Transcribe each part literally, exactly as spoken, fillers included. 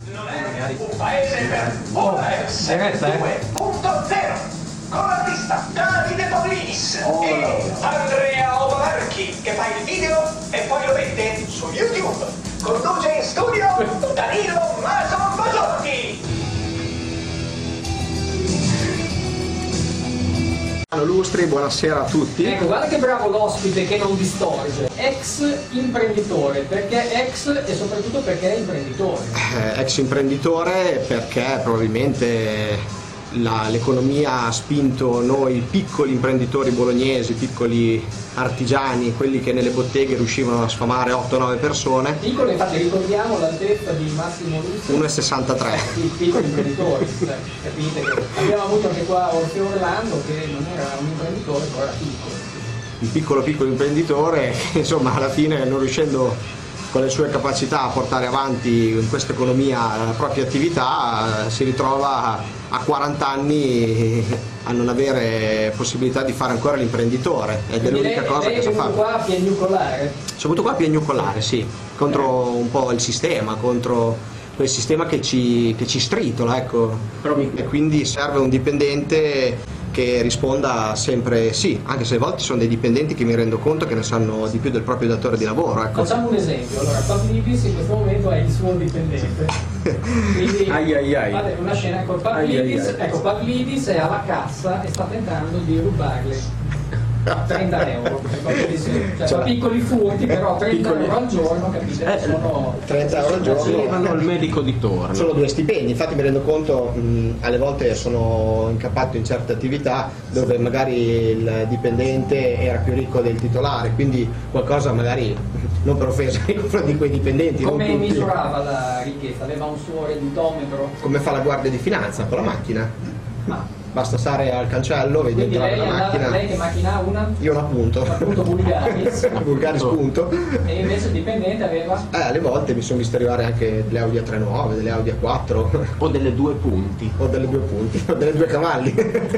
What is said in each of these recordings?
Non è un paese per V S due punto zero con l'artista Davide Paulinis oh, e Andrea Ovalarchi che fa il video e poi lo mette su YouTube. Conduce in studio Danilo Mason Basotti. Lustri, buonasera a tutti. Ecco, guarda che bravo l'ospite che non distorce. Ex imprenditore, perché ex e soprattutto perché è imprenditore? Eh, ex imprenditore perché probabilmente la, l'economia ha spinto noi piccoli imprenditori bolognesi, piccoli artigiani, quelli che nelle botteghe riuscivano a sfamare otto nove persone. Piccolo, infatti ricordiamo l'altezza di Massimo Lustri. uno virgola sessantatré. I piccoli imprenditori, cioè, capite che abbiamo avuto anche qua Orfeo Orlando che non era un imprenditore, però era piccolo. Un piccolo piccolo imprenditore che insomma alla fine non riuscendo con le sue capacità a portare avanti in questa economia la propria attività si ritrova a quaranta anni a non avere possibilità di fare ancora l'imprenditore ed è l'unica lei, cosa lei che sa fare. Qua a piagnucolare? Sono venuto qua a piagnucolare, sì, contro un po' il sistema, contro quel sistema che ci, che ci stritola, ecco. E quindi serve un dipendente che risponda sempre sì, anche se a volte sono dei dipendenti che mi rendo conto che ne sanno di più del proprio datore di lavoro. Ecco. Facciamo un esempio, allora Pavlidis in questo momento è il suo dipendente. Quindi ai ai ai. Fate una scena, ecco Pavlidis, ai ai. Ecco, Pavlidis è alla cassa e sta tentando di rubarle trenta euro, cioè, cioè, piccoli furti, però trenta piccoli... euro al giorno, capite? Eh, sono trenta euro al giorno levano al medico di torno. Sono due stipendi, infatti mi rendo conto, mh, alle volte sono incappato in certe attività dove magari il dipendente era più ricco del titolare, quindi qualcosa magari non per offesa nei confronti di quei dipendenti. Come misurava la ricchezza? Aveva un suo redditometro? Come fa la guardia di finanza con la macchina? Ah. Basta stare al cancello, vedi entrare la macchina. Lei che macchina ha una? Io una punto. Appunto Bulgaris. Bulgaris punto. E invece il dipendente aveva? Eh, alle volte mi sono visto arrivare anche delle Audi A tre nove, delle Audi A quattro. O delle due punti. O delle due punti, o delle due cavalli.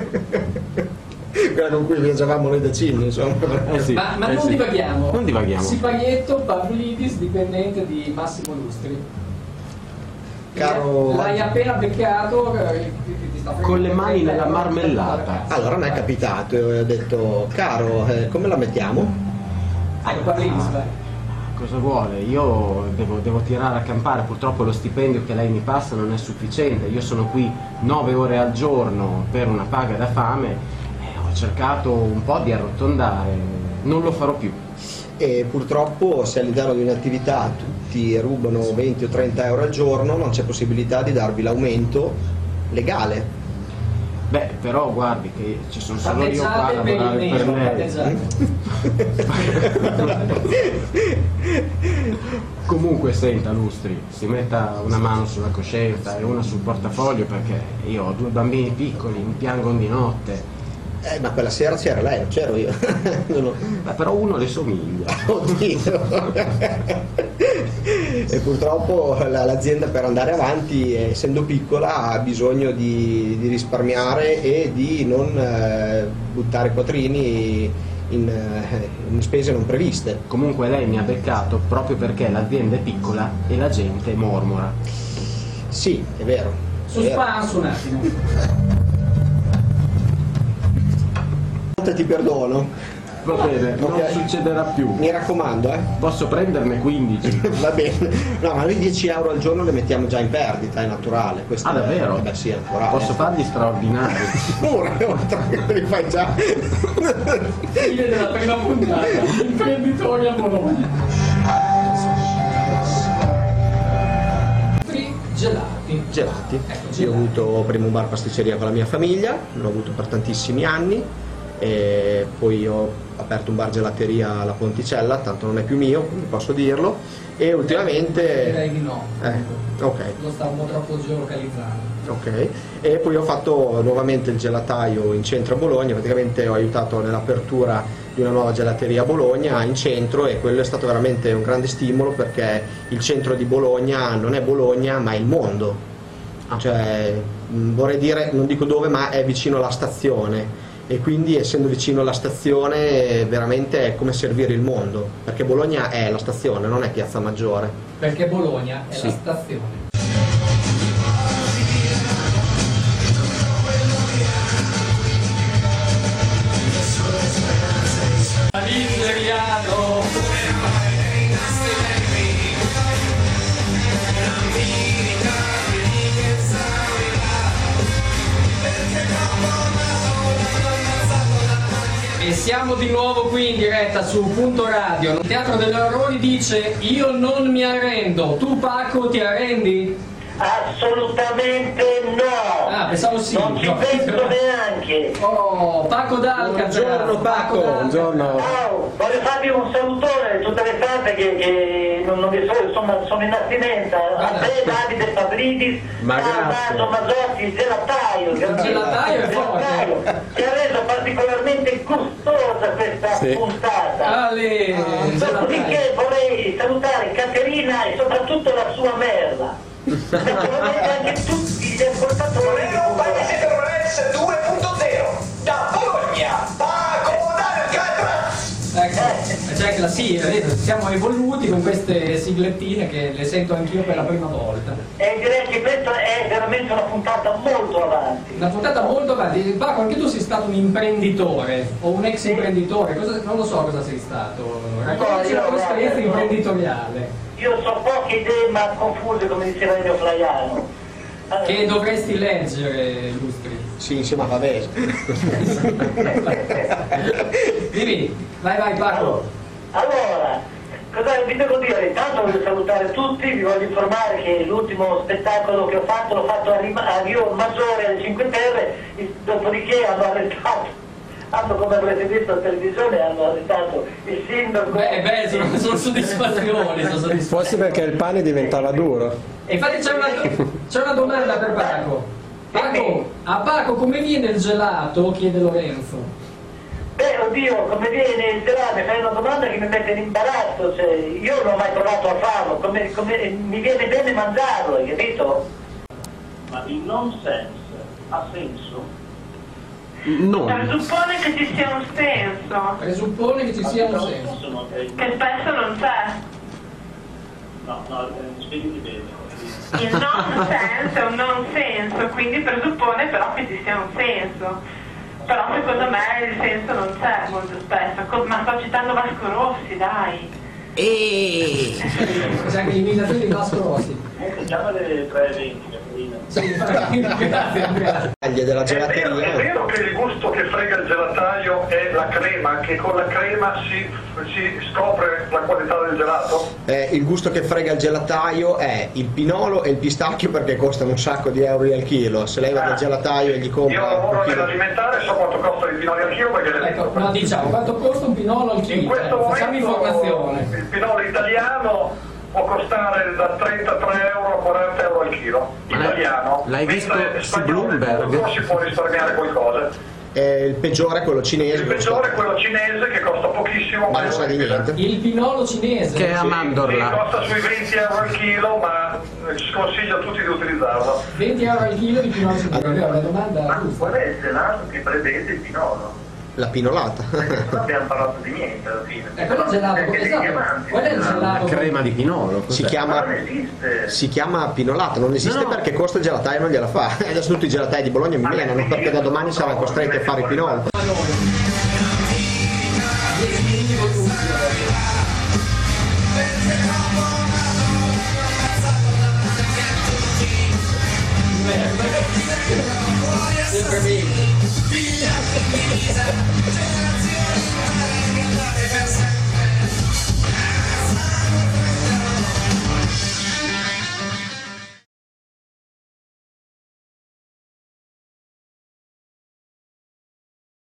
Quella con cui viaggiavamo noi da Cini, insomma. Eh sì, ma ma eh non sì. divaghiamo. Non divaghiamo. Siparietto Pavlidis, dipendente di Massimo Lustri. Caro... L'hai appena beccato con le mani nella marmellata. Allora mi è capitato e ho detto caro, eh, come la mettiamo? Ecco, Pavlidis, vai. Cosa vuole? Io devo, devo tirare a campare, purtroppo lo stipendio che lei mi passa non è sufficiente, io sono qui nove ore al giorno per una paga da fame e ho cercato un po' di arrotondare, non lo farò più. E purtroppo se all'interno di un'attività tutti rubano venti o trenta euro al giorno non c'è possibilità di darvi l'aumento legale. Beh, però guardi che ci sono solo io qua a lavorare per lei. Comunque senta Lustri, si metta una mano sulla coscienza e una sul portafoglio perché io ho due bambini piccoli, mi piangono di notte. Eh, ma quella sera c'era lei, non c'ero io. Non ho... Beh, però uno le somiglia. Oddio. E purtroppo la, l'azienda per andare avanti, essendo piccola, ha bisogno di, di risparmiare e di non eh, buttare quattrini in, eh, in spese non previste. Comunque lei mi ha beccato proprio perché l'azienda è piccola e la gente mormora. Sì, è vero. Suspenso un attimo. Ti perdono. Va bene, non Okay. succederà più. Mi raccomando, eh. Posso prenderne quindici? Va bene. No, ma noi dieci euro al giorno le mettiamo già in perdita, è naturale. Questo Ah, davvero? È, beh, sì, è naturale. Posso fargli straordinari? Ora, li fai già. Fine della prima puntata, imprenditori a Bologna. Gelati. Gelati. Ecco, Sì, ho avuto prima un bar pasticceria con la mia famiglia, l'ho avuto per tantissimi anni. E poi ho aperto un bar gelateria alla Ponticella, tanto non è più mio, quindi posso dirlo, e ultimamente... Direi di no, eh, ok. lo stavamo troppo geolocalizzando. Ok, e poi ho fatto nuovamente il gelataio in centro a Bologna, praticamente ho aiutato nell'apertura di una nuova gelateria a Bologna in centro e quello è stato veramente un grande stimolo perché il centro di Bologna non è Bologna ma è il mondo, cioè vorrei dire, non dico dove, ma è vicino alla stazione. E quindi essendo vicino alla stazione veramente è come servire il mondo, perché Bologna è la stazione, non è Piazza Maggiore. Perché Bologna è sì. la stazione. siamo di nuovo qui in diretta su Punto Radio. Il Teatro degli Orrori dice: io non mi arrendo. Tu, Paco, ti arrendi? Assolutamente no! Ah, pensavo sì. Non ci no. penso neanche! Oh, Paco D'Alcatraz. Buongiorno Paco, buongiorno. Ciao, voglio farvi un salutone a tutte le tante che, che non, non vi so, insomma, sono in astinenza. A te, Davide Fabridis, Ma a grazie. Maso Mazzotti, il gelataio. Il gelataio è forte. Ci ha reso particolarmente gustosa questa Sì. puntata. Ale, Dopodiché vorrei salutare Caterina e soprattutto la sua merda. Naturalmente anche tutti gli ascoltatori. Torneo Paese Terrores due punto zero da Bologna, Paco D'Alcatraz. Ecco, c'è anche la sigla, vedete, siamo evoluti con queste siglettine che le sento anch'io per la prima volta. E direi che questa è veramente una puntata molto avanti. Una puntata molto avanti. Paco, anche tu sei stato un imprenditore o un ex imprenditore, cosa, non lo so cosa sei stato. Raccontaci No, la io tua esperienza guarda, imprenditoriale. Io so poche idee ma confuse, come diceva Elio Flaiano. Allora, Che dovresti leggere, Lustri. Sì, insieme a Pavese. Dimmi, vai vai Paco. allora, cosa vi devo dire? Intanto voglio salutare tutti, vi voglio informare che l'ultimo spettacolo che ho fatto l'ho fatto a, Rima, a Rio Maggiore alle Cinque Terre, dopodiché hanno arrestato. Hanno, come avrete visto a televisione, hanno arrestato il sindaco. Beh, beh, sono, sono soddisfazioni, sono soddisfazioni. Forse perché il pane diventava duro. E infatti c'è una, c'è una domanda per Paco. Paco, a Paco come viene il gelato? Chiede Lorenzo. Beh, oddio, come viene il gelato? Mi fai una domanda che mi mette in imbarazzo, cioè, io non ho mai provato a farlo, come, come, mi viene bene mangiarlo, hai capito? Ma il nonsense ha senso? Non. Presuppone che ci sia un senso, Presuppone che ci sia un senso. Possono, eh, che spesso non c'è. no, no, eh, spiegati bene. Il non senso è un non senso, quindi presuppone però che ci sia un senso. Però secondo me il senso non c'è molto spesso. Co- Ma sto citando Vasco Rossi, dai. E C'è anche l'imitazione di Vasco Rossi. Comunque chiama le tre e venti, Caterina. Sì, grazie Andrea. Taglie della È vero, è gelateria. vero che il gusto che frega il gelataio è la crema, che con la crema si, si scopre la qualità del gelato? Eh, il gusto che frega il gelataio è il pinolo e il pistacchio perché costano un sacco di euro al chilo. Se lei va dal gelataio e gli Io compra lavoro un chilo. nell'alimentare, so quanto costa il pinolo al chilo perché le Ecco, vendo. no, diciamo, quanto costa un pinolo al In chilo? questo Eh, facciamo momento informazione. il pinolo italiano può costare da trentatré euro a quaranta euro al chilo, Ma l'hai- italiano. l'hai visto Mentre su spagnolo, Bloomberg? non si può risparmiare qualcosa. Eh, il peggiore è quello cinese. Il che peggiore è costa- quello cinese che costa pochissimo, Ma non sa di niente. Il pinolo cinese. che è a Sì, mandorla. costa sui venti euro al chilo, ma eh, sconsiglio a tutti di utilizzarlo. venti euro al chilo di pinolo cinese. Allora, la domanda Ma giusta. qual è il gelato che prevede il pinolo? La pinolata. Non abbiamo parlato di niente alla fine. Eh, quello è il gelato, Perché dei esatto. diamanti, Qual è il no? gelato? La crema di pinolo. Si cos'è? chiama, Non esiste. si chiama pinolata, non esiste No, no. perché costa il gelataio non gliela fa. Adesso tutti i gelatai di Bologna mi menano perché da domani saranno costretti a fare il pinolo. Sempre bene.